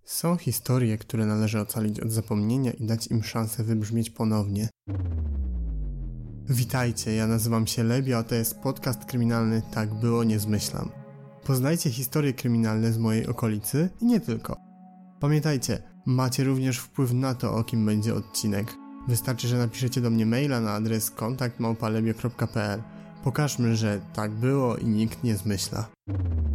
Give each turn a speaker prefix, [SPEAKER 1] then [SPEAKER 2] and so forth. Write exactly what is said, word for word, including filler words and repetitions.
[SPEAKER 1] Są historie, które należy ocalić od zapomnienia i dać im szansę wybrzmieć ponownie. Witajcie, ja nazywam się Lebi, a to jest podcast kryminalny Tak było, nie zmyślam. Poznajcie historie kryminalne z mojej okolicy i nie tylko. Pamiętajcie, macie również wpływ na to, o kim będzie odcinek. Wystarczy, że napiszecie do mnie maila na adres kontakt małpa lebio kropka p l. Pokażmy, że tak było i nikt nie zmyśla.